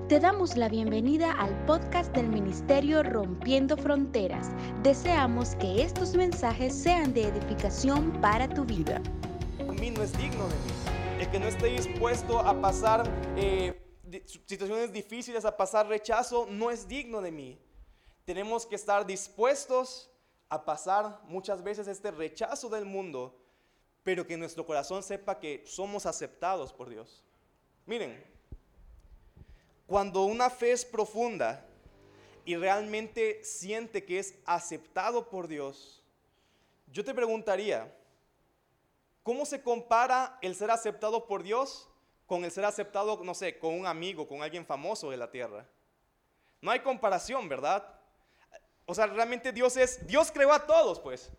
Te damos la bienvenida al podcast del Ministerio Rompiendo Fronteras. Deseamos que estos mensajes sean de edificación para tu vida. A mí no es digno de mí. El que no esté dispuesto a pasar situaciones difíciles, a pasar rechazo, no es digno de mí. Tenemos que estar dispuestos a pasar muchas veces este rechazo del mundo, pero que nuestro corazón sepa que somos aceptados por Dios. Miren, cuando una fe es profunda y realmente siente que es aceptado por Dios, yo te preguntaría, ¿cómo se compara el ser aceptado por Dios con el ser aceptado, no sé, con un amigo, con alguien famoso de la tierra? No hay comparación, ¿verdad? O sea, realmente Dios creó a todos, pues.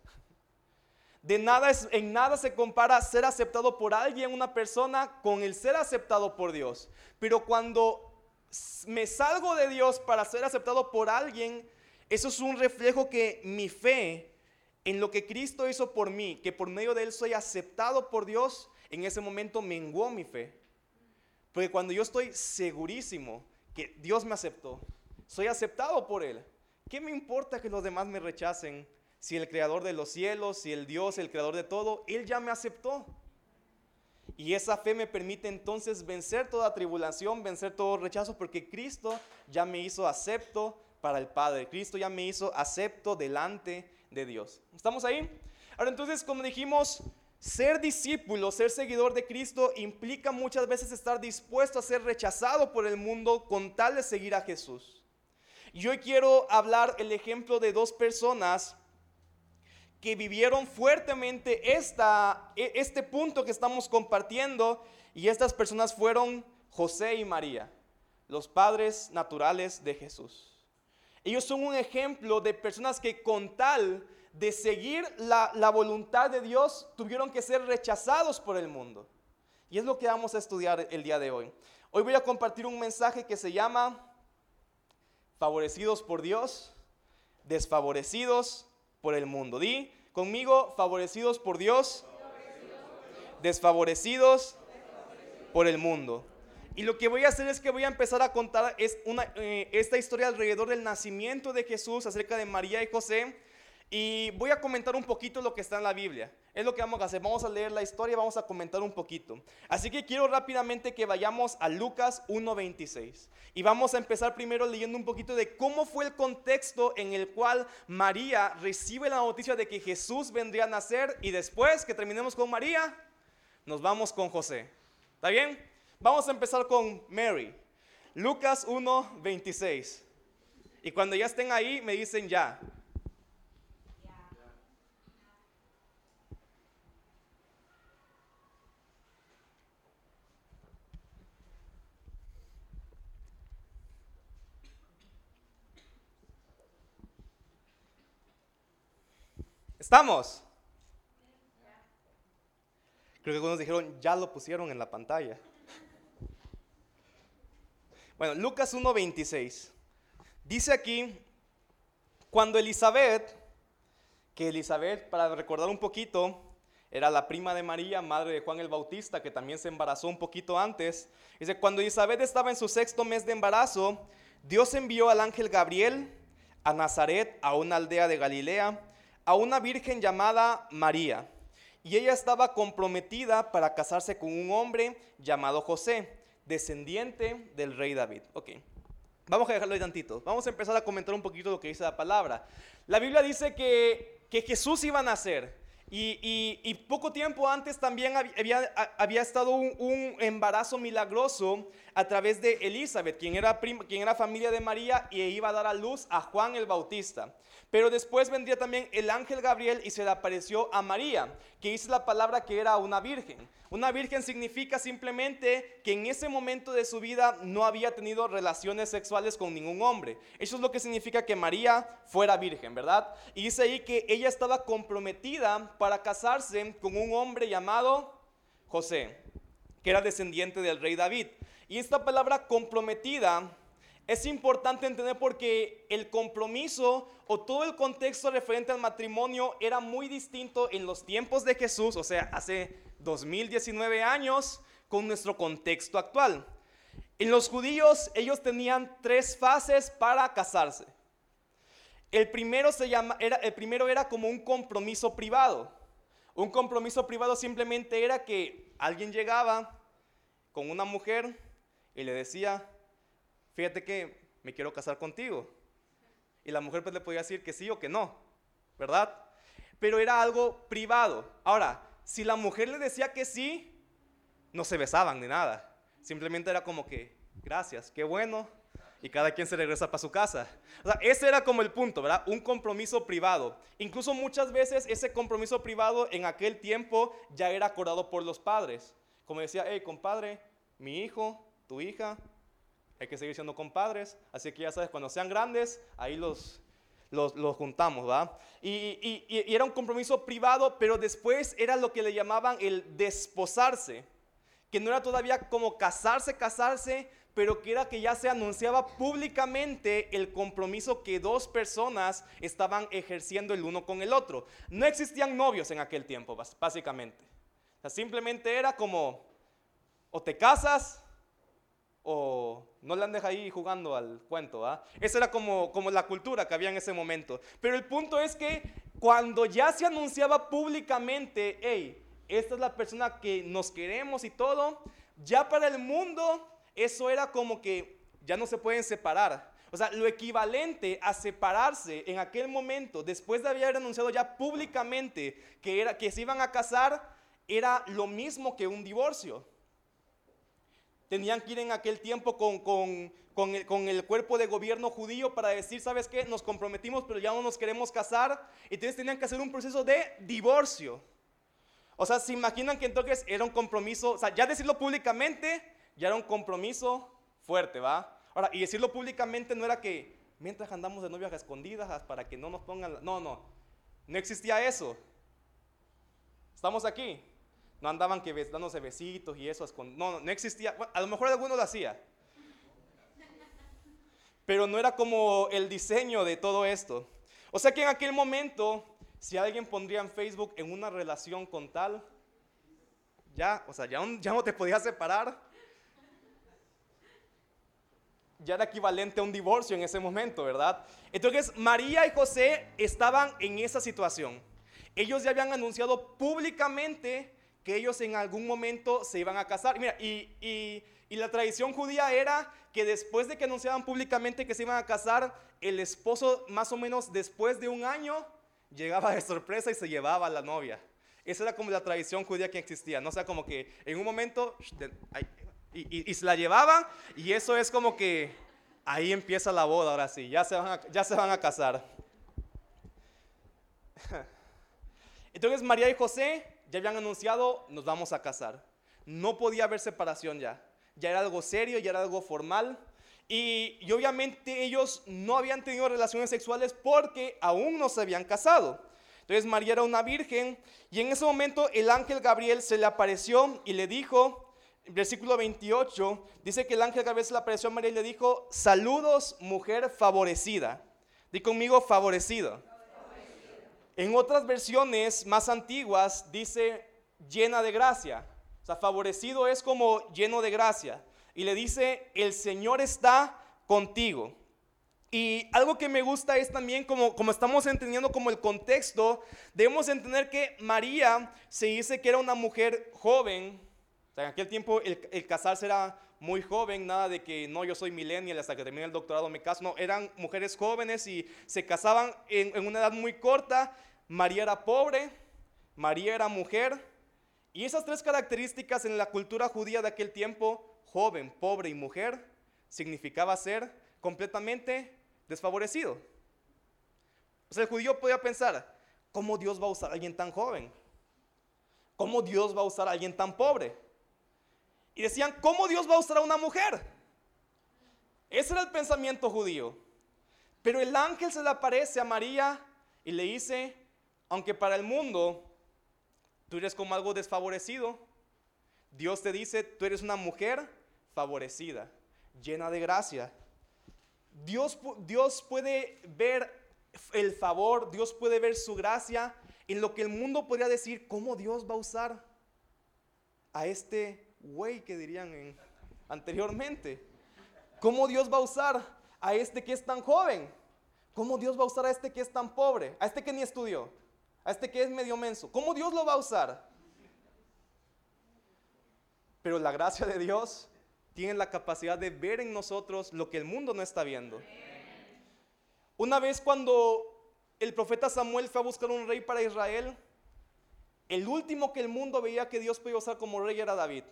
En nada se compara ser aceptado por alguien, una persona, con el ser aceptado por Dios. Pero cuando me salgo de Dios para ser aceptado por alguien, eso es un reflejo que mi fe en lo que Cristo hizo por mí, que por medio de Él soy aceptado por Dios, en ese momento menguó mi fe. Porque cuando yo estoy segurísimo que Dios me aceptó, soy aceptado por Él, ¿qué me importa que los demás me rechacen? Si el creador de los cielos, si el Dios, el creador de todo, Él ya me aceptó. Y esa fe me permite entonces vencer toda tribulación, vencer todo rechazo, porque Cristo ya me hizo acepto para el Padre. Cristo ya me hizo acepto delante de Dios. ¿Estamos ahí? Ahora entonces, como dijimos, ser discípulo, ser seguidor de Cristo implica muchas veces estar dispuesto a ser rechazado por el mundo con tal de seguir a Jesús. Y hoy quiero hablar el ejemplo de dos personas que vivieron fuertemente este punto que estamos compartiendo, y estas personas fueron José y María, los padres naturales de Jesús. Ellos son un ejemplo de personas que con tal de seguir la voluntad de Dios tuvieron que ser rechazados por el mundo. Y es lo que vamos a estudiar el día de hoy. Hoy voy a compartir un mensaje que se llama favorecidos por Dios, desfavorecidos por el mundo. Di conmigo, favorecidos por Dios, desfavorecidos por el mundo. Y lo que voy a hacer es que voy a empezar a contar esta historia alrededor del nacimiento de Jesús, acerca de María y José, y voy a comentar un poquito lo que está en la Biblia. Es lo que vamos a hacer, vamos a leer la historia y vamos a comentar un poquito. Así que quiero rápidamente que vayamos a Lucas 1:26. Y vamos a empezar primero leyendo un poquito de cómo fue el contexto en el cual María recibe la noticia de que Jesús vendría a nacer, y después que terminemos con María, nos vamos con José. ¿Está bien? Vamos a empezar con Mary. Lucas 1:26. Y cuando ya estén ahí, me dicen ya. ¿Estamos? Creo que algunos dijeron, ya lo pusieron en la pantalla. Bueno, Lucas 1:26. Dice aquí, cuando Elizabeth, para recordar un poquito, era la prima de María, madre de Juan el Bautista, que también se embarazó un poquito antes. Dice, cuando Elizabeth estaba en su 6º mes de embarazo, Dios envió al ángel Gabriel a Nazaret, a una aldea de Galilea, a una virgen llamada María. Y ella estaba comprometida para casarse con un hombre llamado José, descendiente del rey David. Ok, vamos a dejarlo ahí tantito. Vamos a empezar a comentar un poquito lo que dice la palabra. La Biblia dice que Jesús iba a nacer. Y poco tiempo antes también había estado un embarazo milagroso a través de Elizabeth, quien era familia de María, y iba a dar a luz a Juan el Bautista. Pero después vendría también el ángel Gabriel y se le apareció a María, que dice la palabra que era una virgen. Una virgen significa simplemente que en ese momento de su vida no había tenido relaciones sexuales con ningún hombre. Eso es lo que significa que María fuera virgen, ¿verdad? Y dice ahí que ella estaba comprometida para casarse con un hombre llamado José, que era descendiente del rey David. Y esta palabra comprometida es importante entender porque el compromiso o todo el contexto referente al matrimonio era muy distinto en los tiempos de Jesús, o sea, hace 2019 años, con nuestro contexto actual. En los judíos, ellos tenían 3 fases para casarse. El primero era como un compromiso privado. Un compromiso privado simplemente era que alguien llegaba con una mujer y le decía, fíjate que me quiero casar contigo. Y la mujer pues le podía decir que sí o que no, ¿verdad? Pero era algo privado. Ahora, si la mujer le decía que sí, no se besaban ni nada. Simplemente era como que, gracias, qué bueno, y cada quien se regresa para su casa. O sea, ese era como el punto, ¿verdad? Un compromiso privado. Incluso muchas veces ese compromiso privado en aquel tiempo ya era acordado por los padres. Como decía, hey, compadre, mi hijo, tu hija, hay que seguir siendo compadres, así que ya sabes, cuando sean grandes, ahí los juntamos, ¿va? Y era un compromiso privado, pero después era lo que le llamaban el desposarse, que no era todavía como casarse, pero que era que ya se anunciaba públicamente el compromiso que 2 personas estaban ejerciendo el uno con el otro. No existían novios en aquel tiempo, básicamente. O sea, simplemente era como, o te casas, o no le andes ahí jugando al cuento, ¿ah? Esa era como la cultura que había en ese momento. Pero el punto es que cuando ya se anunciaba públicamente, hey, esta es la persona que nos queremos y todo, ya para el mundo eso era como que ya no se pueden separar. O sea, lo equivalente a separarse en aquel momento, después de haber anunciado ya públicamente que se iban a casar, era lo mismo que un divorcio. Tenían que ir en aquel tiempo con el cuerpo de gobierno judío para decir, ¿sabes qué? Nos comprometimos, pero ya no nos queremos casar. Entonces tenían que hacer un proceso de divorcio. O sea, ¿se imaginan que entonces era un compromiso? O sea, ya decirlo públicamente ya era un compromiso fuerte, ¿va? Ahora, y decirlo públicamente no era que mientras andamos de novias a escondidas para que no nos pongan... No existía eso. ¿Estamos aquí? No andaban dándose besitos y eso. No existía. Bueno, a lo mejor alguno lo hacía. Pero no era como el diseño de todo esto. O sea que en aquel momento, si alguien pondría en Facebook en una relación con tal, ya no te podías separar. Ya era equivalente a un divorcio en ese momento, ¿verdad? Entonces, María y José estaban en esa situación. Ellos ya habían anunciado públicamente que ellos en algún momento se iban a casar. Mira, y la tradición judía era que después de que anunciaban públicamente que se iban a casar, el esposo más o menos después de un año llegaba de sorpresa y se llevaba a la novia. Esa era como la tradición judía que existía, ¿no? O sea, como que en un momento y se la llevaban, y eso es como que ahí empieza la boda, ahora sí, ya se van a casar. Entonces María y José ya habían anunciado, nos vamos a casar. No podía haber separación ya era algo serio, ya era algo formal. Y obviamente ellos no habían tenido relaciones sexuales porque aún no se habían casado. Entonces María era una virgen, y en ese momento el ángel Gabriel se le apareció y le dijo, versículo 28, dice que el ángel Gabriel se le apareció a María y le dijo, saludos mujer favorecida. Di conmigo, favorecido. En otras versiones más antiguas dice llena de gracia. O sea, favorecido es como lleno de gracia. Y le dice, el Señor está contigo. Y algo que me gusta es también, como estamos entendiendo como el contexto, debemos entender que María se dice que era una mujer joven. O sea, en aquel tiempo el casarse era muy joven, nada de que no, yo soy millennial, hasta que termine el doctorado me caso. No, eran mujeres jóvenes y se casaban en una edad muy corta. María era pobre, María era mujer. Y esas 3 características en la cultura judía de aquel tiempo, joven, pobre y mujer, significaba ser completamente desfavorecido. O sea, el judío podía pensar, ¿cómo Dios va a usar a alguien tan joven? ¿Cómo Dios va a usar a alguien tan pobre? Y decían, ¿cómo Dios va a usar a una mujer? Ese era el pensamiento judío. Pero el ángel se le aparece a María y le dice, aunque para el mundo tú eres como algo desfavorecido, Dios te dice, tú eres una mujer favorecida, llena de gracia. Dios puede ver el favor, Dios puede ver su gracia en lo que el mundo podría decir, ¿cómo Dios va a usar a este güey que dirían anteriormente. ¿Cómo Dios va a usar a este que es tan joven? ¿Cómo Dios va a usar a este que es tan pobre? A este que ni estudió, a este que es medio menso. ¿Cómo Dios lo va a usar? Pero la gracia de Dios tiene la capacidad de ver en nosotros lo que el mundo no está viendo. Una vez cuando el profeta Samuel fue a buscar un rey para Israel, el último que el mundo veía que Dios podía usar como rey era David.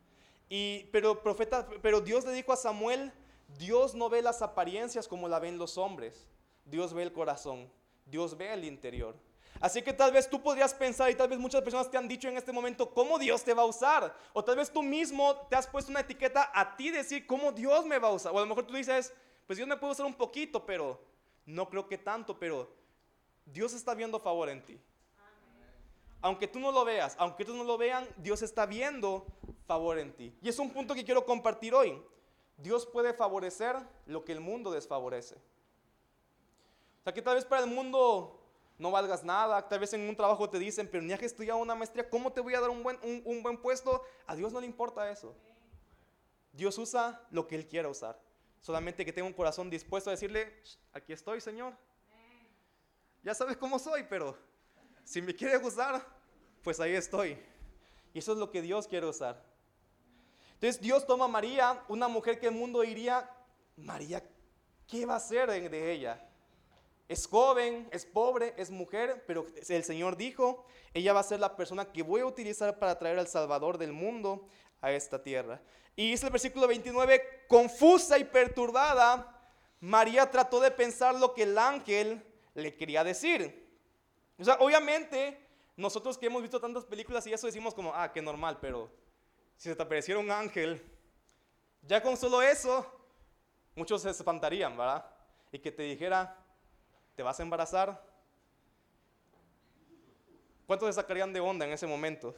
Pero Dios le dijo a Samuel, Dios no ve las apariencias como la ven los hombres. Dios ve el corazón, Dios ve el interior. Así que tal vez tú podrías pensar, y tal vez muchas personas te han dicho en este momento, ¿cómo Dios te va a usar? O tal vez tú mismo te has puesto una etiqueta a ti decir, ¿cómo Dios me va a usar? O a lo mejor tú dices, pues Dios me puede usar un poquito, pero no creo que tanto, pero Dios está viendo favor en ti. Aunque tú no lo veas, aunque otros no lo vean, Dios está viendo favor en ti. Y es un punto que quiero compartir hoy. Dios puede favorecer lo que el mundo desfavorece. O sea que tal vez para el mundo no valgas nada, tal vez en un trabajo te dicen, pero ni has estudiado una maestría, ¿cómo te voy a dar un buen puesto? A Dios no le importa eso. Dios usa lo que Él quiera usar. Solamente que tenga un corazón dispuesto a decirle, aquí estoy, Señor. Ya sabes cómo soy, pero si me quiere usar, pues ahí estoy. Y eso es lo que Dios quiere usar. Entonces Dios toma a María, una mujer que el mundo diría, María, ¿qué va a hacer de ella? Es joven, es pobre, es mujer, pero el Señor dijo, ella va a ser la persona que voy a utilizar para traer al Salvador del mundo a esta tierra. Y dice el versículo 29, confusa y perturbada, María trató de pensar lo que el ángel le quería decir. O sea, obviamente, nosotros que hemos visto tantas películas y eso decimos como, qué normal, pero si se te apareciera un ángel, ya con solo eso, muchos se espantarían, ¿verdad? Y que te dijera, ¿te vas a embarazar? ¿Cuántos se sacarían de onda en ese momento?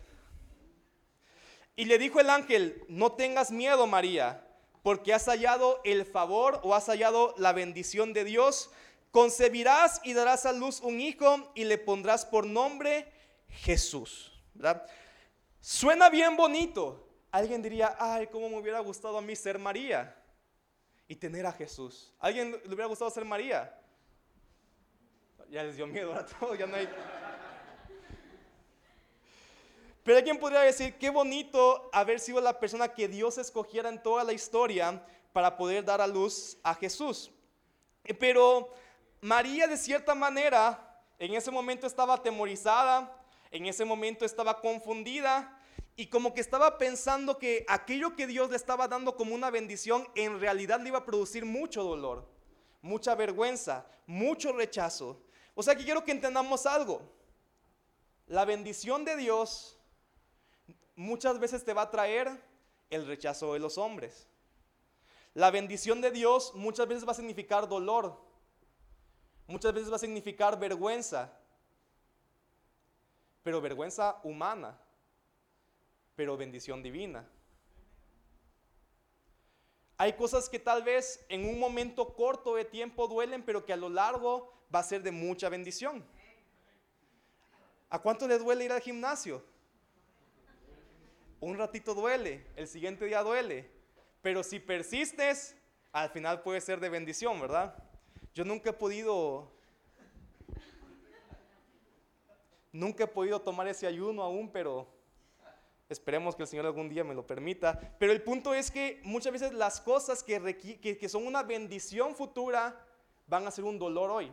Y le dijo el ángel, no tengas miedo, María, porque has hallado el favor o has hallado la bendición de Dios. Concebirás y darás a luz un hijo y le pondrás por nombre Jesús. ¿Verdad? Suena bien bonito. Alguien diría, cómo me hubiera gustado a mí ser María y tener a Jesús. ¿Alguien le hubiera gustado ser María? Ya les dio miedo a todos, ya no hay. Pero alguien podría decir, qué bonito haber sido la persona que Dios escogiera en toda la historia para poder dar a luz a Jesús. Pero María, de cierta manera, en ese momento estaba atemorizada, en ese momento estaba confundida y como que estaba pensando que aquello que Dios le estaba dando como una bendición en realidad le iba a producir mucho dolor, mucha vergüenza, mucho rechazo. O sea que quiero que entendamos algo. La bendición de Dios muchas veces te va a traer el rechazo de los hombres. La bendición de Dios muchas veces va a significar dolor. Muchas veces va a significar vergüenza. Pero vergüenza humana. Pero bendición divina. Hay cosas que tal vez en un momento corto de tiempo duelen, pero que a lo largo va a ser de mucha bendición. ¿A cuánto le duele ir al gimnasio? Un ratito duele, el siguiente día duele, pero si persistes, al final puede ser de bendición, ¿verdad? Yo nunca he podido tomar ese ayuno aún, pero esperemos que el Señor algún día me lo permita. Pero el punto es que muchas veces las cosas que son una bendición futura van a ser un dolor hoy.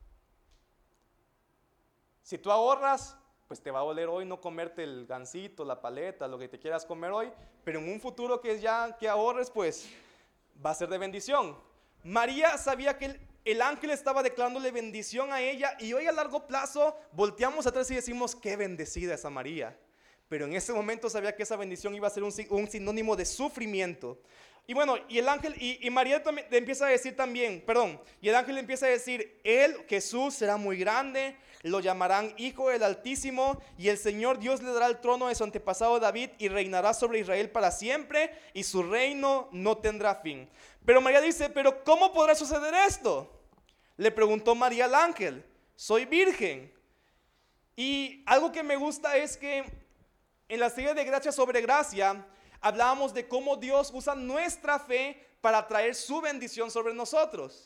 Si tú ahorras, pues te va a doler hoy no comerte el gansito, la paleta, lo que te quieras comer hoy, pero en un futuro que ahorres, pues va a ser de bendición. María sabía que el ángel estaba declarándole bendición a ella y hoy a largo plazo volteamos atrás y decimos, qué bendecida esa María. Pero en ese momento sabía que esa bendición iba a ser un sinónimo de sufrimiento. Y bueno, y el ángel, y María también le empieza a decir también, y el ángel le empieza a decir, él, Jesús, será muy grande, lo llamarán Hijo del Altísimo, y el Señor Dios le dará el trono de su antepasado David, y reinará sobre Israel para siempre, y su reino no tendrá fin. Pero María dice, ¿pero cómo podrá suceder esto? Le preguntó María al ángel, soy virgen. Y algo que me gusta es que en la serie de Gracia sobre Gracia, hablábamos de cómo Dios usa nuestra fe para traer su bendición sobre nosotros.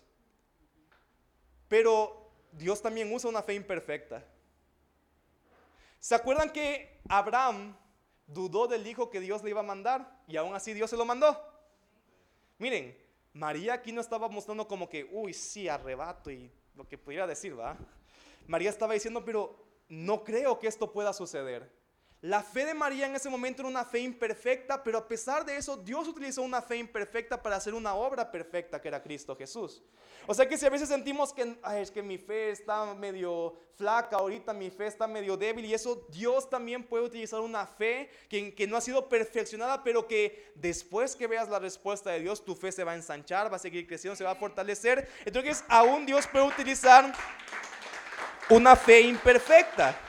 Pero Dios también usa una fe imperfecta. ¿Se acuerdan que Abraham dudó del hijo que Dios le iba a mandar? Y aún así Dios se lo mandó. Miren, María aquí no estaba mostrando como que, uy, sí, arrebato y lo que pudiera decir, ¿va? María estaba diciendo, pero no creo que esto pueda suceder. La fe de María en ese momento era una fe imperfecta, pero a pesar de eso, Dios utilizó una fe imperfecta para hacer una obra perfecta que era Cristo Jesús. O sea que si a veces sentimos que es que mi fe está medio flaca, ahorita mi fe está medio débil, y eso Dios también puede utilizar una fe que no ha sido perfeccionada, pero que después que veas la respuesta de Dios, tu fe se va a ensanchar, va a seguir creciendo, se va a fortalecer. Entonces aún Dios puede utilizar una fe imperfecta.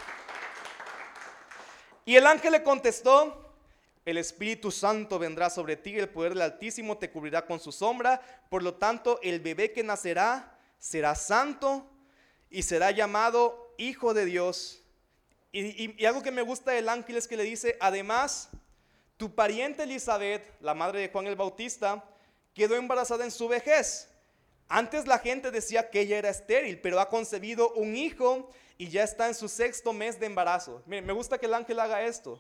Y el ángel le contestó: el Espíritu Santo vendrá sobre ti, el poder del Altísimo te cubrirá con su sombra. Por lo tanto, el bebé que nacerá será santo y será llamado Hijo de Dios. Y algo que me gusta del ángel es que le dice: además, tu pariente Elizabeth, la madre de Juan el Bautista, quedó embarazada en su vejez. Antes la gente decía que ella era estéril, pero ha concebido un hijo y ya está en su 6º mes de embarazo. Miren, me gusta que el ángel haga esto,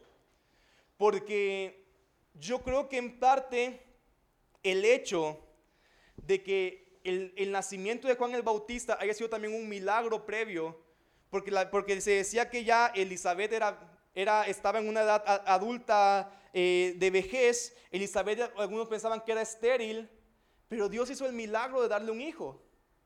porque yo creo que en parte el hecho de que el nacimiento de Juan el Bautista haya sido también un milagro previo, porque se decía que ya Elizabeth estaba en una edad adulta de vejez. Elizabeth, algunos pensaban que era estéril, pero Dios hizo el milagro de darle un hijo.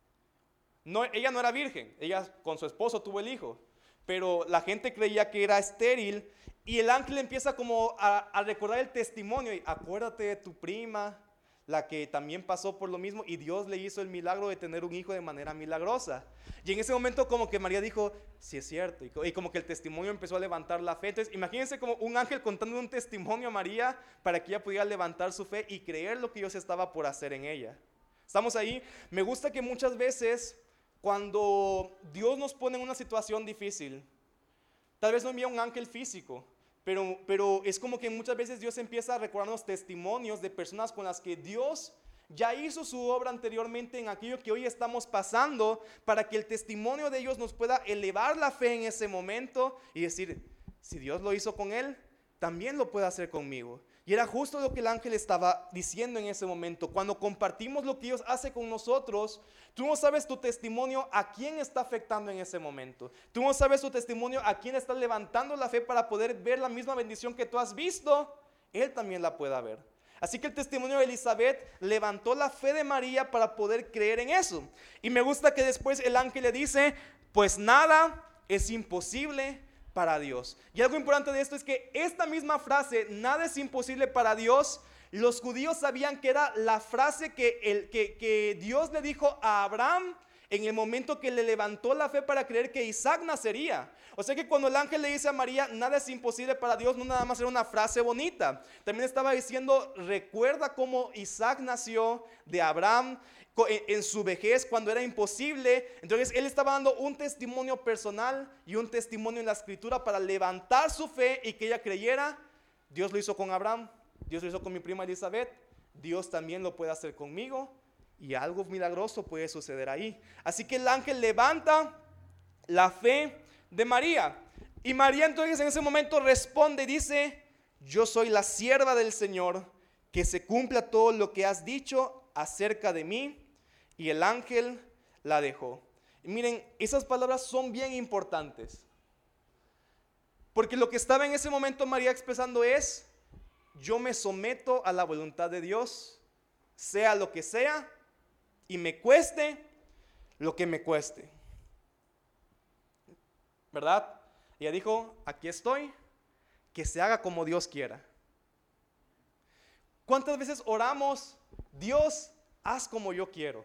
No, ella no era virgen, ella con su esposo tuvo el hijo, pero la gente creía que era estéril. Y el ángel empieza como a recordar el testimonio. Y acuérdate de tu prima, la que también pasó por lo mismo, y Dios le hizo el milagro de tener un hijo de manera milagrosa. Y en ese momento como que María dijo: sí es cierto, y como que el testimonio empezó a levantar la fe. Entonces imagínense como un ángel contando un testimonio a María para que ella pudiera levantar su fe y creer lo que Dios estaba por hacer en ella. ¿Estamos ahí? Me gusta que muchas veces cuando Dios nos pone en una situación difícil, tal vez no envía un ángel físico, pero es como que muchas veces Dios empieza a recordarnos testimonios de personas con las que Dios ya hizo su obra anteriormente en aquello que hoy estamos pasando, para que el testimonio de ellos nos pueda elevar la fe en ese momento y decir: si Dios lo hizo con él, también lo puede hacer conmigo. Y era justo lo que el ángel estaba diciendo en ese momento. Cuando compartimos lo que Dios hace con nosotros, tú no sabes tu testimonio a quién está afectando en ese momento. Tú no sabes tu testimonio a quién está levantando la fe para poder ver la misma bendición que tú has visto. Él también la pueda ver. Así que el testimonio de Elizabeth levantó la fe de María para poder creer en eso. Y me gusta que después el ángel le dice: pues nada es imposible para Dios. Y algo importante de esto es que esta misma frase, nada es imposible para Dios, los judíos sabían que era la frase que Dios le dijo a Abraham en el momento que le levantó la fe para creer que Isaac nacería. O sea que cuando el ángel le dice a María: nada es imposible para Dios, no nada más era una frase bonita, también estaba diciendo: recuerda cómo Isaac nació de Abraham en su vejez, cuando era imposible. Entonces él estaba dando un testimonio personal y un testimonio en la escritura para levantar su fe y que ella creyera. Dios lo hizo con Abraham, Dios lo hizo con mi prima Elizabeth, Dios también lo puede hacer conmigo, y algo milagroso puede suceder ahí. Así que el ángel levanta la fe de María, y María entonces en ese momento responde y dice: yo soy la sierva del Señor, que se cumpla todo lo que has dicho acerca de mí. Y el ángel la dejó. Y miren, esas palabras son bien importantes, porque lo que estaba en ese momento María expresando es: yo me someto a la voluntad de Dios, sea lo que sea, y me cueste lo que me cueste. ¿Verdad? Ella dijo: aquí estoy, que se haga como Dios quiera. ¿Cuántas veces oramos: Dios, haz como yo quiero?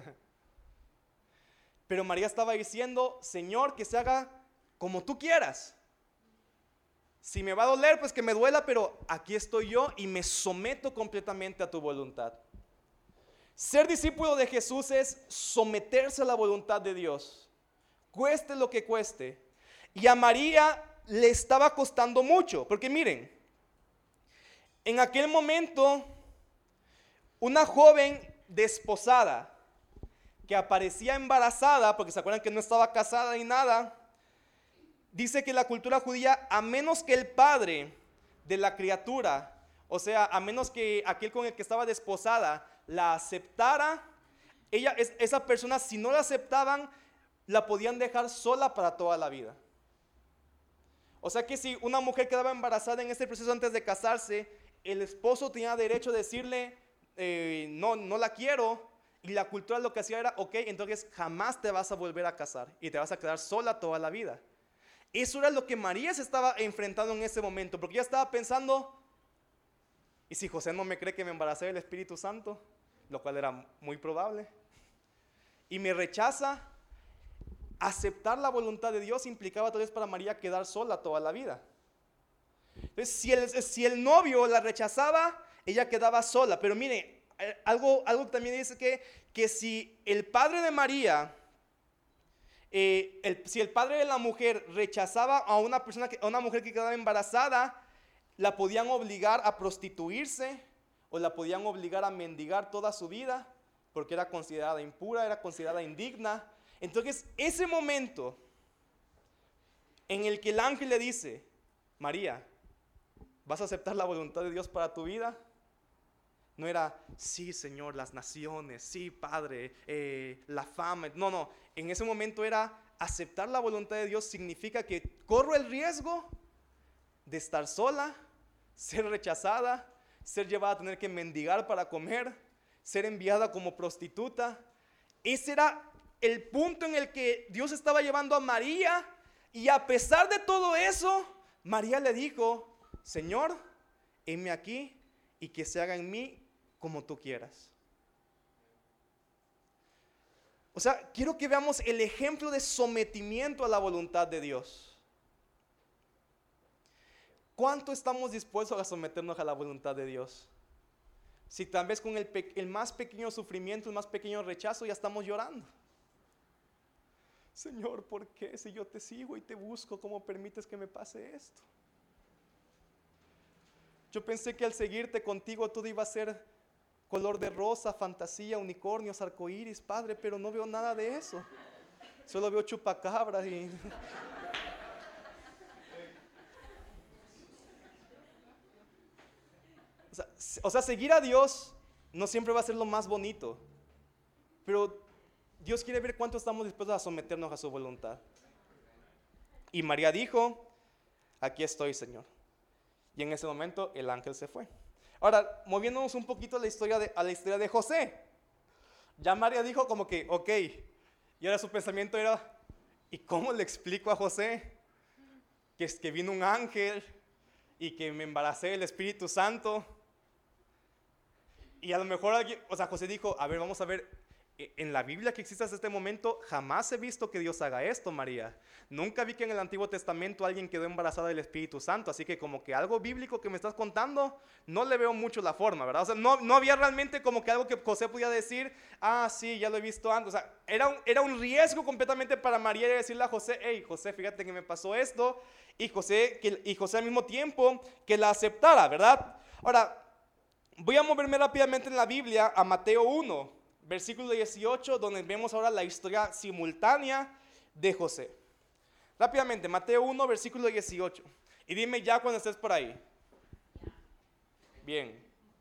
Pero María estaba diciendo: Señor, que se haga como tú quieras. Si me va a doler, pues que me duela, pero aquí estoy yo y me someto completamente a tu voluntad. Ser discípulo de Jesús es someterse a la voluntad de Dios, cueste lo que cueste. Y a María le estaba costando mucho, porque miren, En aquel momento, una joven desposada que aparecía embarazada, porque se acuerdan que no estaba casada ni nada, dice que la cultura judía, a menos que el padre de la criatura, o sea, a menos que aquel con el que estaba desposada la aceptara, esa persona, si no la aceptaban, la podían dejar sola para toda la vida. O sea que si una mujer quedaba embarazada en este proceso antes de casarse, el esposo tenía derecho a decirle, no la quiero. Y la cultura lo que hacía era, ok, entonces jamás te vas a volver a casar y te vas a quedar sola toda la vida. Eso era lo que María se estaba enfrentando en ese momento, porque ella estaba pensando, ¿y si José no me cree que me embaracé del Espíritu Santo? Lo cual era muy probable. Y me rechaza. Aceptar la voluntad de Dios implicaba tal vez para María quedar sola toda la vida. Entonces, si el novio la rechazaba, ella quedaba sola. Pero mire, algo también dice que si el padre de María, si el padre de la mujer rechazaba a una mujer que quedaba embarazada, la podían obligar a prostituirse o la podían obligar a mendigar toda su vida porque era considerada impura, era considerada indigna. Entonces, ese momento en el que el ángel le dice, María, ¿vas a aceptar la voluntad de Dios para tu vida? No era, sí, Señor, las naciones, sí, Padre, la fama. No, en ese momento era aceptar la voluntad de Dios significa que corro el riesgo de estar sola, ser rechazada, ser llevada a tener que mendigar para comer, ser enviada como prostituta. Ese era el punto en el que Dios estaba llevando a María, y a pesar de todo eso, María le dijo, Señor, heme aquí y que se haga en mí como tú quieras. O sea, quiero que veamos el ejemplo de sometimiento a la voluntad de Dios. ¿Cuánto estamos dispuestos a someternos a la voluntad de Dios? Si tal vez con el más pequeño sufrimiento, el más pequeño rechazo, ya estamos llorando. Señor, ¿por qué? Si yo te sigo y te busco, ¿cómo permites que me pase esto? Yo pensé que al seguirte contigo todo iba a ser color de rosa, fantasía, unicornios, arcoíris, Padre, pero no veo nada de eso. Solo veo chupacabras y... O sea, seguir a Dios no siempre va a ser lo más bonito, pero Dios quiere ver cuánto estamos dispuestos a someternos a su voluntad. Y María dijo, aquí estoy, Señor. Y en ese momento el ángel se fue. Ahora, moviéndonos un poquito a la historia de José. Ya María dijo como que, ok. Y ahora su pensamiento era, ¿y cómo le explico a José que vino un ángel y que me embaracé del Espíritu Santo? Y a lo mejor José dijo, a ver, vamos a ver. En la Biblia que existe hasta este momento, jamás he visto que Dios haga esto, María. Nunca vi que en el Antiguo Testamento alguien quedó embarazada del Espíritu Santo. Así que como que algo bíblico que me estás contando, no le veo mucho la forma, ¿verdad? O sea, no había realmente como que algo que José podía decir, sí, ya lo he visto antes. O sea, era un riesgo completamente para María decirle a José, hey, José, fíjate que me pasó esto. Y José al mismo tiempo que la aceptara, ¿verdad? Ahora, voy a moverme rápidamente en la Biblia a Mateo 1. Versículo 18, donde vemos ahora la historia simultánea de José. Rápidamente, Mateo 1, versículo 18. Y dime ya cuando estés por ahí. Bien.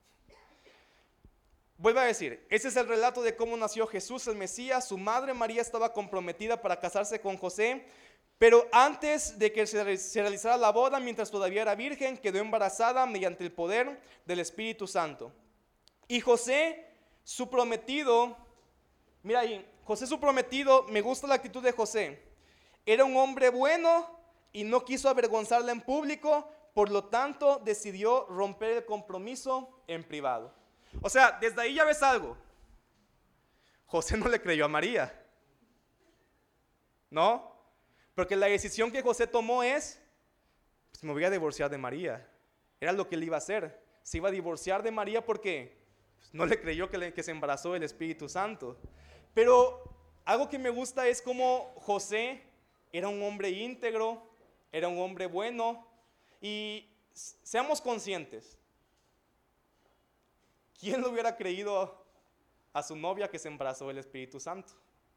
Vuelvo a decir, ese es el relato de cómo nació Jesús, el Mesías. Su madre María estaba comprometida para casarse con José, pero antes de que se realizara la boda, mientras todavía era virgen, quedó embarazada mediante el poder del Espíritu Santo. Y José, su prometido, mira ahí, José su prometido, me gusta la actitud de José. Era un hombre bueno y no quiso avergonzarla en público, por lo tanto decidió romper el compromiso en privado. O sea, desde ahí ya ves algo. José no le creyó a María, ¿no? Porque la decisión que José tomó es, pues me voy a divorciar de María. Era lo que él iba a hacer. Se iba a divorciar de María porque no le creyó que se embarazó del Espíritu Santo. Pero algo que me gusta es cómo José era un hombre íntegro, era un hombre bueno. Y seamos conscientes, ¿quién le hubiera creído a su novia que se embarazó del Espíritu Santo?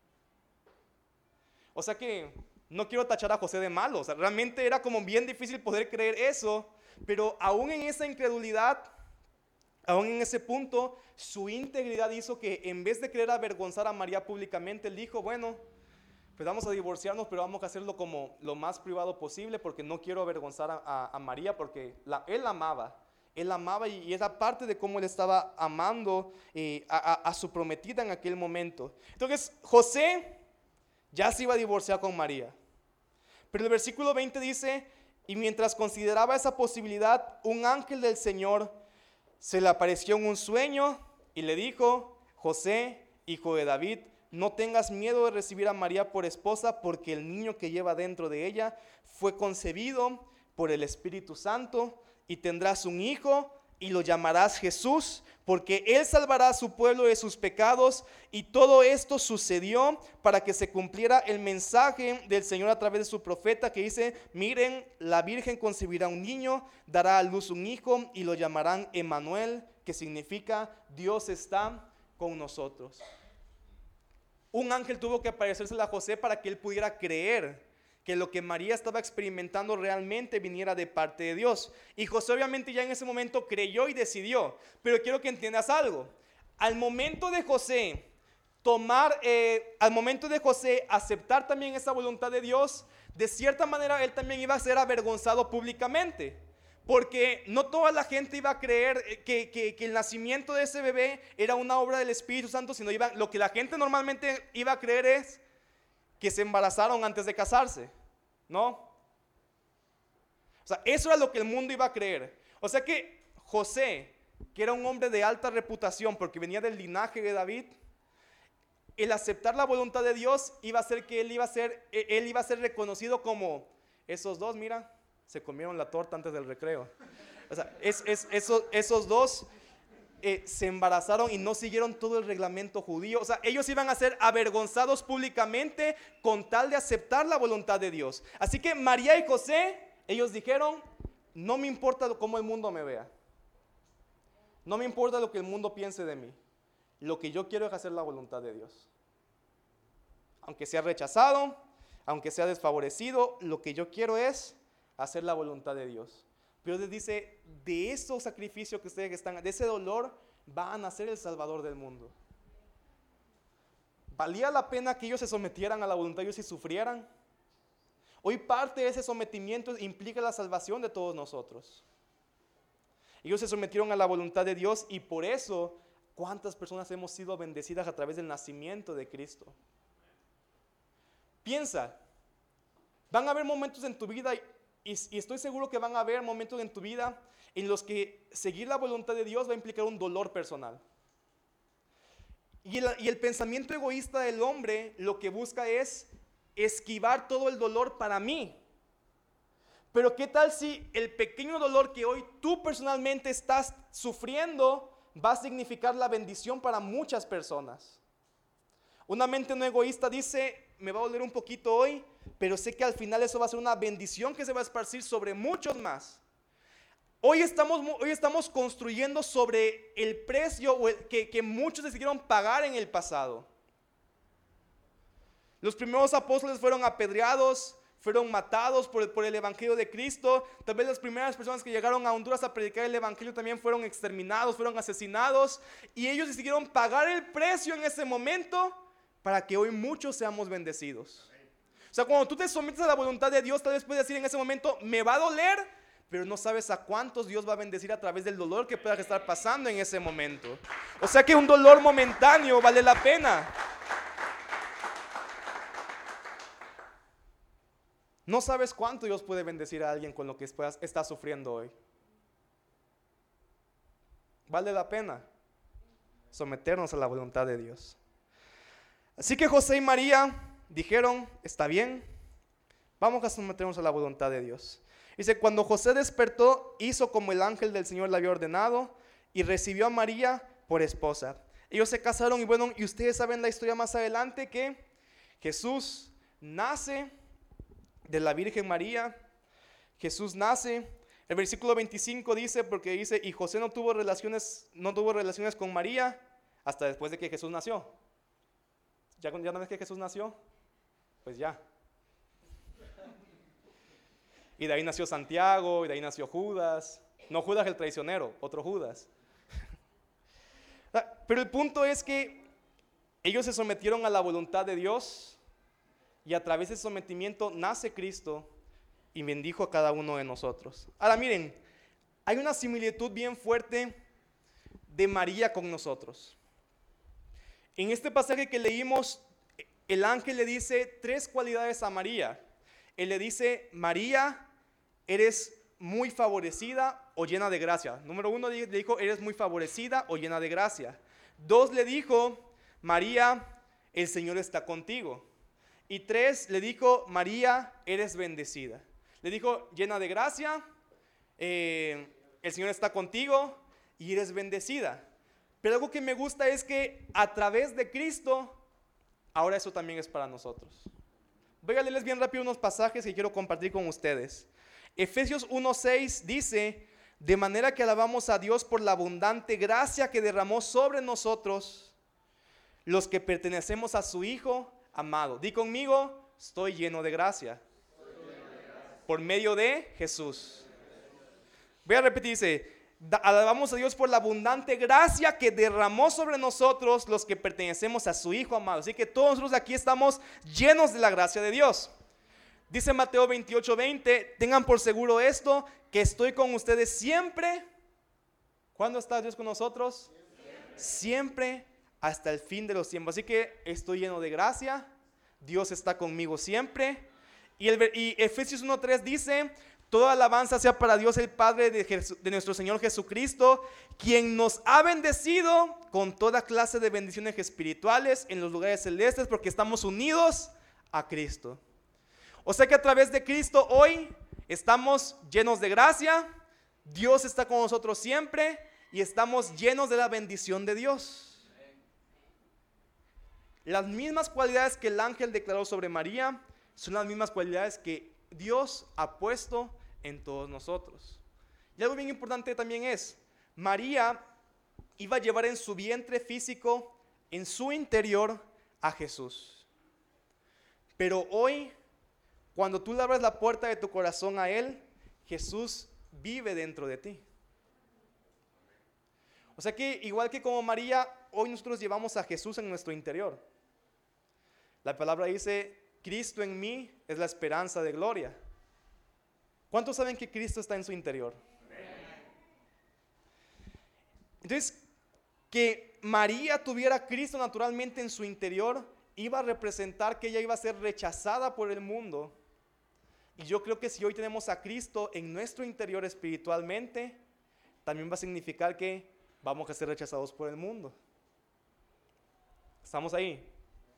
O sea que no quiero tachar a José de malo, o sea, realmente era como bien difícil poder creer eso, pero aún en esa incredulidad, aún en ese punto, su integridad hizo que en vez de querer avergonzar a María públicamente, él dijo, bueno, pues vamos a divorciarnos, pero vamos a hacerlo como lo más privado posible, porque no quiero avergonzar a María, porque él la amaba y era parte de cómo él estaba amando a su prometida en aquel momento. Entonces José ya se iba a divorciar con María, pero el versículo 20 dice, y mientras consideraba esa posibilidad, un ángel del Señor se le apareció en un sueño y le dijo, José, hijo de David, no tengas miedo de recibir a María por esposa, porque el niño que lleva dentro de ella fue concebido por el Espíritu Santo, y tendrás un hijo y lo llamarás Jesús, porque él salvará a su pueblo de sus pecados. Y todo esto sucedió para que se cumpliera el mensaje del Señor a través de su profeta, que dice, miren, la virgen concebirá un niño, dará a luz un hijo y lo llamarán Emmanuel, que significa Dios está con nosotros. Un ángel tuvo que aparecérsele a José para que él pudiera creer que lo que María estaba experimentando realmente viniera de parte de Dios. Y José obviamente ya en ese momento creyó y decidió. Pero quiero que entiendas algo. Al momento de José aceptar también esa voluntad de Dios, de cierta manera él también iba a ser avergonzado públicamente. Porque no toda la gente iba a creer que el nacimiento de ese bebé era una obra del Espíritu Santo, sino lo que la gente normalmente iba a creer es que se embarazaron antes de casarse, ¿no? O sea, eso era lo que el mundo iba a creer. O sea que José, que era un hombre de alta reputación porque venía del linaje de David, el aceptar la voluntad de Dios iba a hacer que él iba a ser reconocido como esos dos, mira, se comieron la torta antes del recreo. O sea, esos dos se embarazaron y no siguieron todo el reglamento judío. O sea, ellos iban a ser avergonzados públicamente con tal de aceptar la voluntad de Dios. Así que María y José, ellos dijeron, no me importa cómo el mundo me vea. No me importa lo que el mundo piense de mí. Lo que yo quiero es hacer la voluntad de Dios. Aunque sea rechazado, aunque sea desfavorecido, lo que yo quiero es hacer la voluntad de Dios. Pero Dios dice, de esos sacrificios que ustedes están, de ese dolor, va a nacer el Salvador del mundo. ¿Valía la pena que ellos se sometieran a la voluntad de Dios y sufrieran? Hoy parte de ese sometimiento implica la salvación de todos nosotros. Ellos se sometieron a la voluntad de Dios y por eso, ¿cuántas personas hemos sido bendecidas a través del nacimiento de Cristo? Piensa, van a haber momentos en tu vida y estoy seguro que van a haber momentos en tu vida en los que seguir la voluntad de Dios va a implicar un dolor personal. Y el pensamiento egoísta del hombre lo que busca es esquivar todo el dolor para mí. Pero ¿qué tal si el pequeño dolor que hoy tú personalmente estás sufriendo va a significar la bendición para muchas personas? Una mente no egoísta dice, me va a doler un poquito hoy, pero sé que al final eso va a ser una bendición que se va a esparcir sobre muchos más. Hoy estamos construyendo sobre el precio que muchos decidieron pagar en el pasado. Los primeros apóstoles fueron apedreados, fueron matados por el evangelio de Cristo. Tal vez las primeras personas que llegaron a Honduras a predicar el evangelio también fueron exterminados, fueron asesinados. Y ellos decidieron pagar el precio en ese momento para que hoy muchos seamos bendecidos. O sea, cuando tú te sometes a la voluntad de Dios, tal vez puedes decir en ese momento, me va a doler, pero no sabes a cuántos Dios va a bendecir a través del dolor que puedas estar pasando en ese momento. O sea que un dolor momentáneo vale la pena. No sabes cuánto Dios puede bendecir a alguien con lo que está sufriendo hoy. Vale la pena someternos a la voluntad de Dios. Así que José y María dijeron, está bien, vamos a someternos a la voluntad de Dios. Dice, cuando José despertó, hizo como el ángel del Señor le había ordenado y recibió a María por esposa. Ellos se casaron y ustedes saben la historia más adelante que Jesús nace de la Virgen María. Jesús nace El versículo 25 dice, porque dice, y José no tuvo relaciones con María hasta después de que Jesús nació. ¿Ya una vez que Jesús nació? Pues ya. Y de ahí nació Santiago, y de ahí nació Judas. No Judas el traicionero, otro Judas. Pero el punto es que ellos se sometieron a la voluntad de Dios, y a través de ese sometimiento nace Cristo y bendijo a cada uno de nosotros. Ahora miren, hay una similitud bien fuerte de María con nosotros. En este pasaje que leímos, el ángel le dice 3 cualidades a María. Él le dice, María, eres muy favorecida o llena de gracia. Número 1 le dijo, eres muy favorecida o llena de gracia. 2 le dijo, María, el Señor está contigo. Y 3 le dijo, María, eres bendecida. Le dijo, llena de gracia, el Señor está contigo y eres bendecida. Pero algo que me gusta es que a través de Cristo, ahora eso también es para nosotros. Voy a leerles bien rápido unos pasajes que quiero compartir con ustedes. Efesios 1:6 dice, de manera que alabamos a Dios por la abundante gracia que derramó sobre nosotros, los que pertenecemos a su Hijo amado. Di conmigo, estoy lleno de gracia. Por medio de Jesús. Voy a repetir, dice, alabamos a Dios por la abundante gracia que derramó sobre nosotros los que pertenecemos a su Hijo amado. Así que todos nosotros aquí estamos llenos de la gracia de Dios. Dice Mateo 28:20, tengan por seguro esto, que estoy con ustedes siempre. ¿Cuándo está Dios con nosotros? Siempre hasta el fin de los tiempos. Así que estoy lleno de gracia, Dios está conmigo siempre. Y Efesios 1:3 dice, toda alabanza sea para Dios el Padre de nuestro Señor Jesucristo, quien nos ha bendecido con toda clase de bendiciones espirituales en los lugares celestes, porque estamos unidos a Cristo. O sea que a través de Cristo hoy estamos llenos de gracia, Dios está con nosotros siempre y estamos llenos de la bendición de Dios. Las mismas cualidades que el ángel declaró sobre María son las mismas cualidades que Dios ha puesto en todos nosotros. Y algo bien importante también es, María iba a llevar en su vientre físico, en su interior, a Jesús. Pero hoy, cuando tú le abres la puerta de tu corazón a Él, Jesús vive dentro de ti. O sea que igual que como María, hoy nosotros llevamos a Jesús en nuestro interior. La palabra dice, Cristo en mí es la esperanza de gloria. ¿Cuántos saben que Cristo está en su interior? Entonces, que María tuviera a Cristo naturalmente en su interior iba a representar que ella iba a ser rechazada por el mundo. Y yo creo que si hoy tenemos a Cristo en nuestro interior espiritualmente, también va a significar que vamos a ser rechazados por el mundo. ¿Estamos ahí?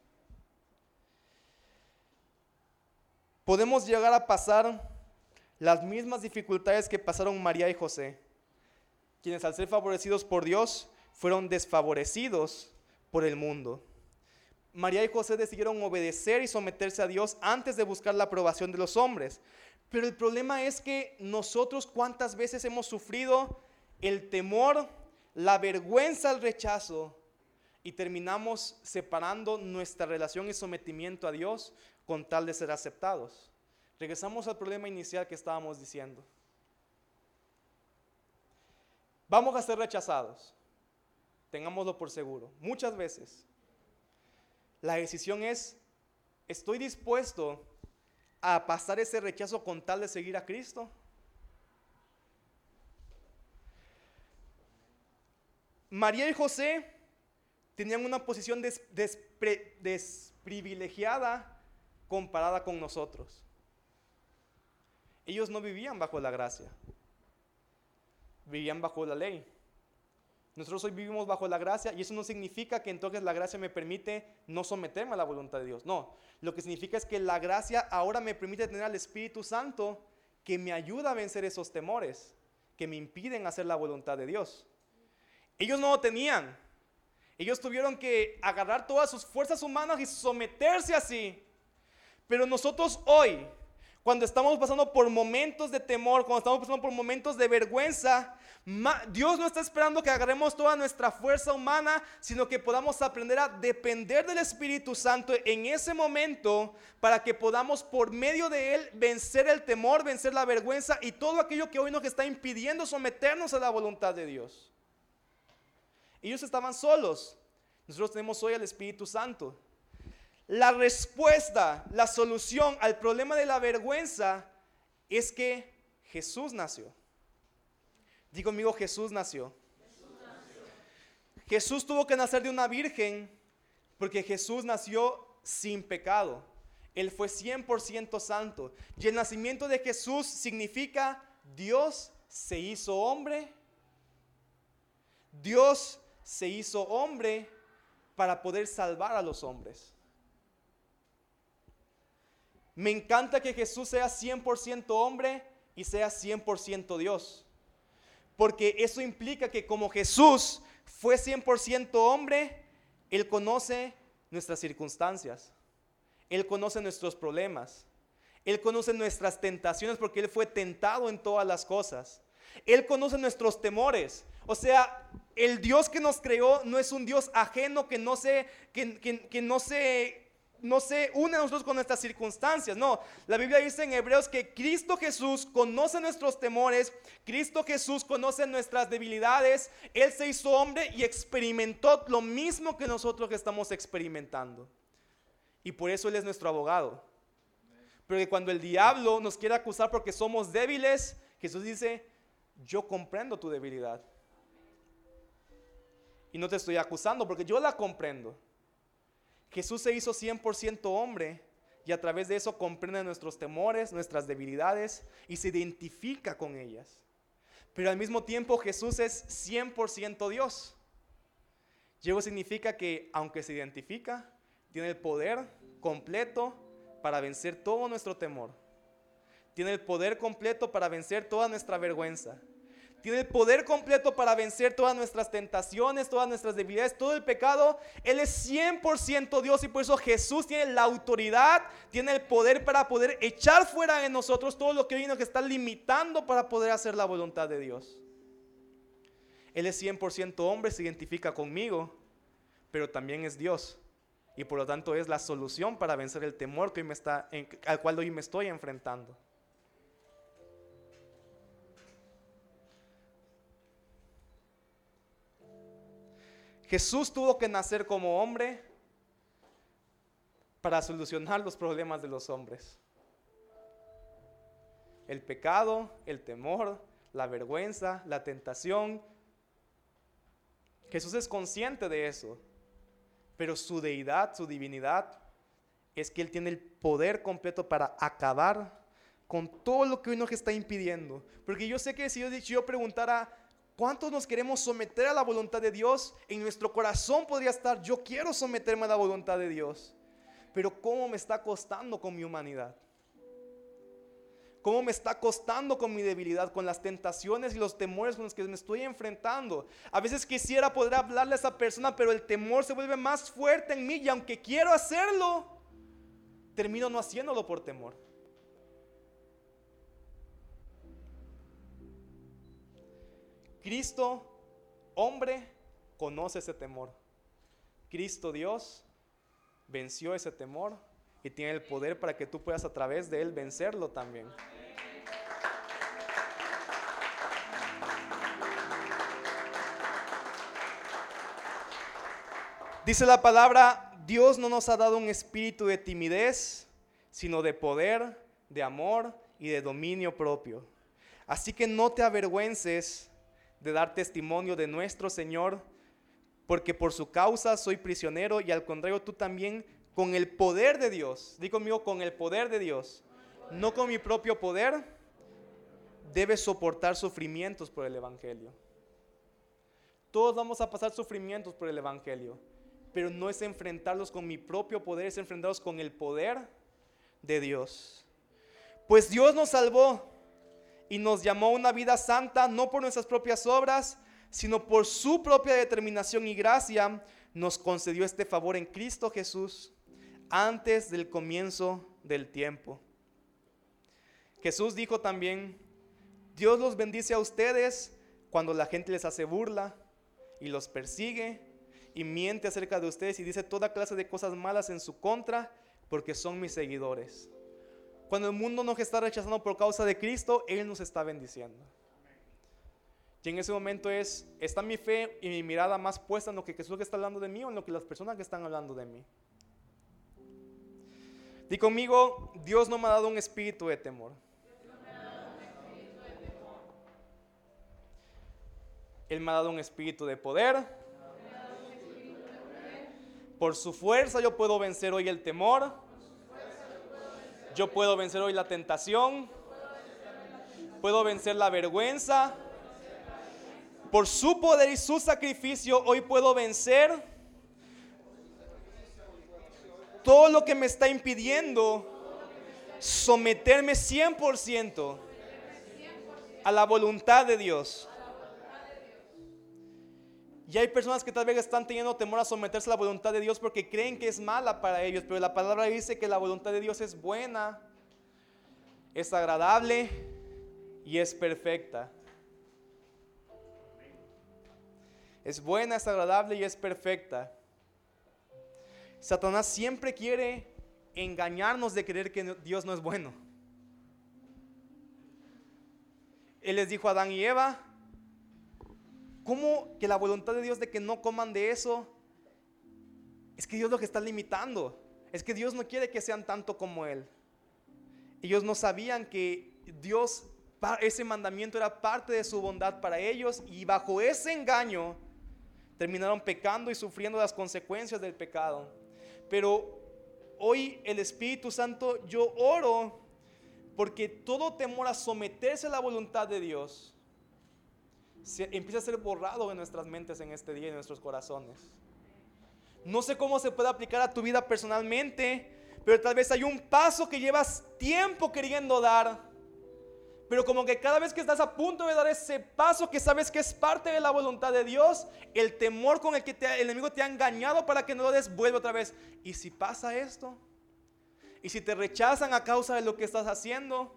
Podemos llegar a pasar las mismas dificultades que pasaron María y José, quienes al ser favorecidos por Dios fueron desfavorecidos por el mundo. María y José decidieron obedecer y someterse a Dios antes de buscar la aprobación de los hombres. Pero el problema es que nosotros cuántas veces hemos sufrido el temor, la vergüenza, el rechazo, y terminamos separando nuestra relación y sometimiento a Dios con tal de ser aceptados. Regresamos al problema inicial que estábamos diciendo. Vamos a ser rechazados, tengámoslo por seguro, muchas veces. La decisión es, ¿estoy dispuesto a pasar ese rechazo con tal de seguir a Cristo? María y José tenían una posición desprivilegiada comparada con nosotros. Ellos no vivían bajo la gracia, vivían bajo la ley. Nosotros hoy vivimos bajo la gracia y eso no significa que entonces la gracia me permite no someterme a la voluntad de Dios. No, lo que significa es que la gracia ahora me permite tener al Espíritu Santo que me ayuda a vencer esos temores que me impiden hacer la voluntad de Dios. Ellos no lo tenían. Ellos tuvieron que agarrar todas sus fuerzas humanas y someterse así. Pero nosotros hoy, cuando estamos pasando por momentos de temor, cuando estamos pasando por momentos de vergüenza, Dios no está esperando que agarremos toda nuestra fuerza humana, sino que podamos aprender a depender del Espíritu Santo en ese momento para que podamos por medio de Él vencer el temor, vencer la vergüenza y todo aquello que hoy nos está impidiendo someternos a la voluntad de Dios. Ellos estaban solos, nosotros tenemos hoy al Espíritu Santo. La respuesta, la solución al problema de la vergüenza es que Jesús nació. Digo conmigo, Jesús nació. Jesús tuvo que nacer de una virgen porque Jesús nació sin pecado. Él fue 100% santo. Y el nacimiento de Jesús significa Dios se hizo hombre. Dios se hizo hombre para poder salvar a los hombres. Me encanta que Jesús sea 100% hombre y sea 100% Dios. Porque eso implica que como Jesús fue 100% hombre, Él conoce nuestras circunstancias. Él conoce nuestros problemas. Él conoce nuestras tentaciones porque Él fue tentado en todas las cosas. Él conoce nuestros temores. O sea, el Dios que nos creó no es un Dios ajeno que no se une a nosotros con nuestras circunstancias. No, la Biblia dice en Hebreos que Cristo Jesús conoce nuestros temores, Cristo Jesús conoce nuestras debilidades. Él se hizo hombre y experimentó lo mismo que nosotros que estamos experimentando. Y por eso Él es nuestro abogado. Pero que cuando el diablo nos quiere acusar porque somos débiles, Jesús dice, yo comprendo tu debilidad. Y no te estoy acusando porque yo la comprendo. Jesús se hizo 100% hombre y a través de eso comprende nuestros temores, nuestras debilidades y se identifica con ellas. Pero al mismo tiempo Jesús es 100% Dios. Y eso significa que aunque se identifica, tiene el poder completo para vencer todo nuestro temor. Tiene el poder completo para vencer toda nuestra vergüenza. Tiene el poder completo para vencer todas nuestras tentaciones, todas nuestras debilidades, todo el pecado. Él es 100% Dios y por eso Jesús tiene la autoridad, tiene el poder para poder echar fuera de nosotros todo lo que hoy nos está limitando para poder hacer la voluntad de Dios. Él es 100% hombre, se identifica conmigo, pero también es Dios. Y por lo tanto es la solución para vencer el temor que al cual hoy me estoy enfrentando. Jesús tuvo que nacer como hombre para solucionar los problemas de los hombres. El pecado, el temor, la vergüenza, la tentación. Jesús es consciente de eso, pero su deidad, su divinidad, es que Él tiene el poder completo para acabar con todo lo que hoy nos está impidiendo. Porque yo sé que si yo preguntara, ¿cuántos nos queremos someter a la voluntad de Dios? En nuestro corazón podría estar, yo quiero someterme a la voluntad de Dios. Pero ¿cómo me está costando con mi humanidad? ¿Cómo me está costando con mi debilidad, con las tentaciones y los temores con los que me estoy enfrentando? A veces quisiera poder hablarle a esa persona, pero el temor se vuelve más fuerte en mí y aunque quiero hacerlo, termino no haciéndolo por temor. Cristo, hombre, conoce ese temor. Cristo, Dios, venció ese temor y tiene el poder para que tú puedas a través de Él vencerlo también. Dice la palabra, Dios no nos ha dado un espíritu de timidez, sino de poder, de amor y de dominio propio. Así que no te avergüences de dar testimonio de nuestro Señor, porque por su causa soy prisionero y al contrario tú también con el poder de Dios, di conmigo con el poder de Dios, no con mi propio poder, debes soportar sufrimientos por el Evangelio. Todos vamos a pasar sufrimientos por el Evangelio, pero no es enfrentarlos con mi propio poder, es enfrentarlos con el poder de Dios. Pues Dios nos salvó y nos llamó a una vida santa, no por nuestras propias obras, sino por su propia determinación y gracia, nos concedió este favor en Cristo Jesús, antes del comienzo del tiempo. Jesús dijo también: Dios los bendice a ustedes cuando la gente les hace burla y los persigue y miente acerca de ustedes y dice toda clase de cosas malas en su contra, porque son mis seguidores. Cuando el mundo nos está rechazando por causa de Cristo, Él nos está bendiciendo. Y en ese momento ¿está mi fe y mi mirada más puesta en lo que Jesús está hablando de mí o en lo que las personas que están hablando de mí? Di conmigo: Dios no me ha dado un espíritu de temor. Él me ha dado un espíritu de poder. Por su fuerza yo puedo vencer hoy el temor. Yo puedo vencer hoy la tentación. Puedo vencer la vergüenza. Por su poder y su sacrificio hoy puedo vencer todo lo que me está impidiendo someterme 100% a la voluntad de Dios. Y hay personas que tal vez están teniendo temor a someterse a la voluntad de Dios porque creen que es mala para ellos, pero la palabra dice que la voluntad de Dios es buena, es agradable y es perfecta. Es buena, es agradable y es perfecta. Satanás siempre quiere engañarnos de creer que Dios no es bueno. Él les dijo a Adán y Eva: ¿cómo que la voluntad de Dios de que no coman de eso? Es que Dios lo que está limitando. Es que Dios no quiere que sean tanto como Él. Ellos no sabían que Dios, ese mandamiento era parte de su bondad para ellos, y bajo ese engaño terminaron pecando y sufriendo las consecuencias del pecado. Pero hoy el Espíritu Santo, yo oro porque todo temor a someterse a la voluntad de Dios empieza a ser borrado de nuestras mentes en este día y en nuestros corazones. No sé cómo se puede aplicar a tu vida personalmente, pero tal vez hay un paso que llevas tiempo queriendo dar, pero como que cada vez que estás a punto de dar ese paso que sabes que es parte de la voluntad de Dios, el temor con el que el enemigo te ha engañado para que no lo des vuelve otra vez. ¿Y si pasa esto? ¿Y si te rechazan a causa de lo que estás haciendo?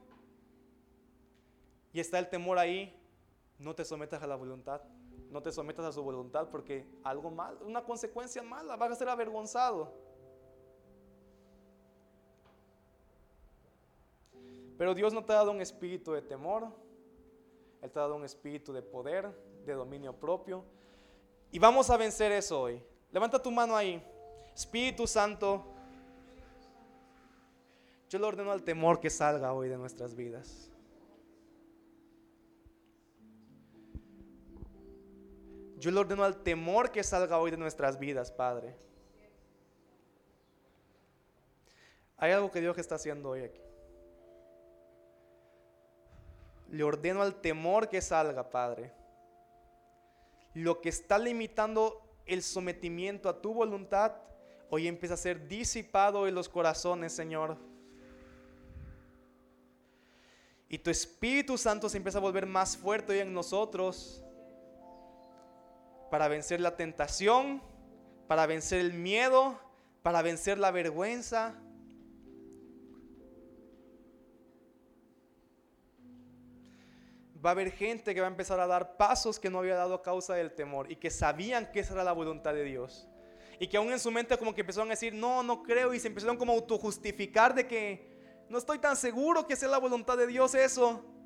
Y está el temor ahí. No te sometas a la voluntad, no te sometas a su voluntad, porque algo mal, una consecuencia mala, vas a ser avergonzado. Pero Dios no te ha dado un espíritu de temor, Él te ha dado un espíritu de poder, de dominio propio. Y vamos a vencer eso hoy. Levanta tu mano ahí. Espíritu Santo, yo le ordeno al temor que salga hoy de nuestras vidas. Yo le ordeno al temor que salga hoy de nuestras vidas, Padre. Hay algo que Dios está haciendo hoy aquí. Le ordeno al temor que salga, Padre. Lo que está limitando el sometimiento a tu voluntad, hoy empieza a ser disipado en los corazones, Señor. Y tu Espíritu Santo se empieza a volver más fuerte hoy en nosotros, para vencer la tentación, para vencer el miedo, para vencer la vergüenza. Va a haber gente que va a empezar a dar pasos que no había dado a causa del temor y que sabían que esa era la voluntad de Dios. Y que aún en su mente como que empezaron a decir, no creo, y se empezaron como a autojustificar de que no estoy tan seguro que sea la voluntad de Dios eso.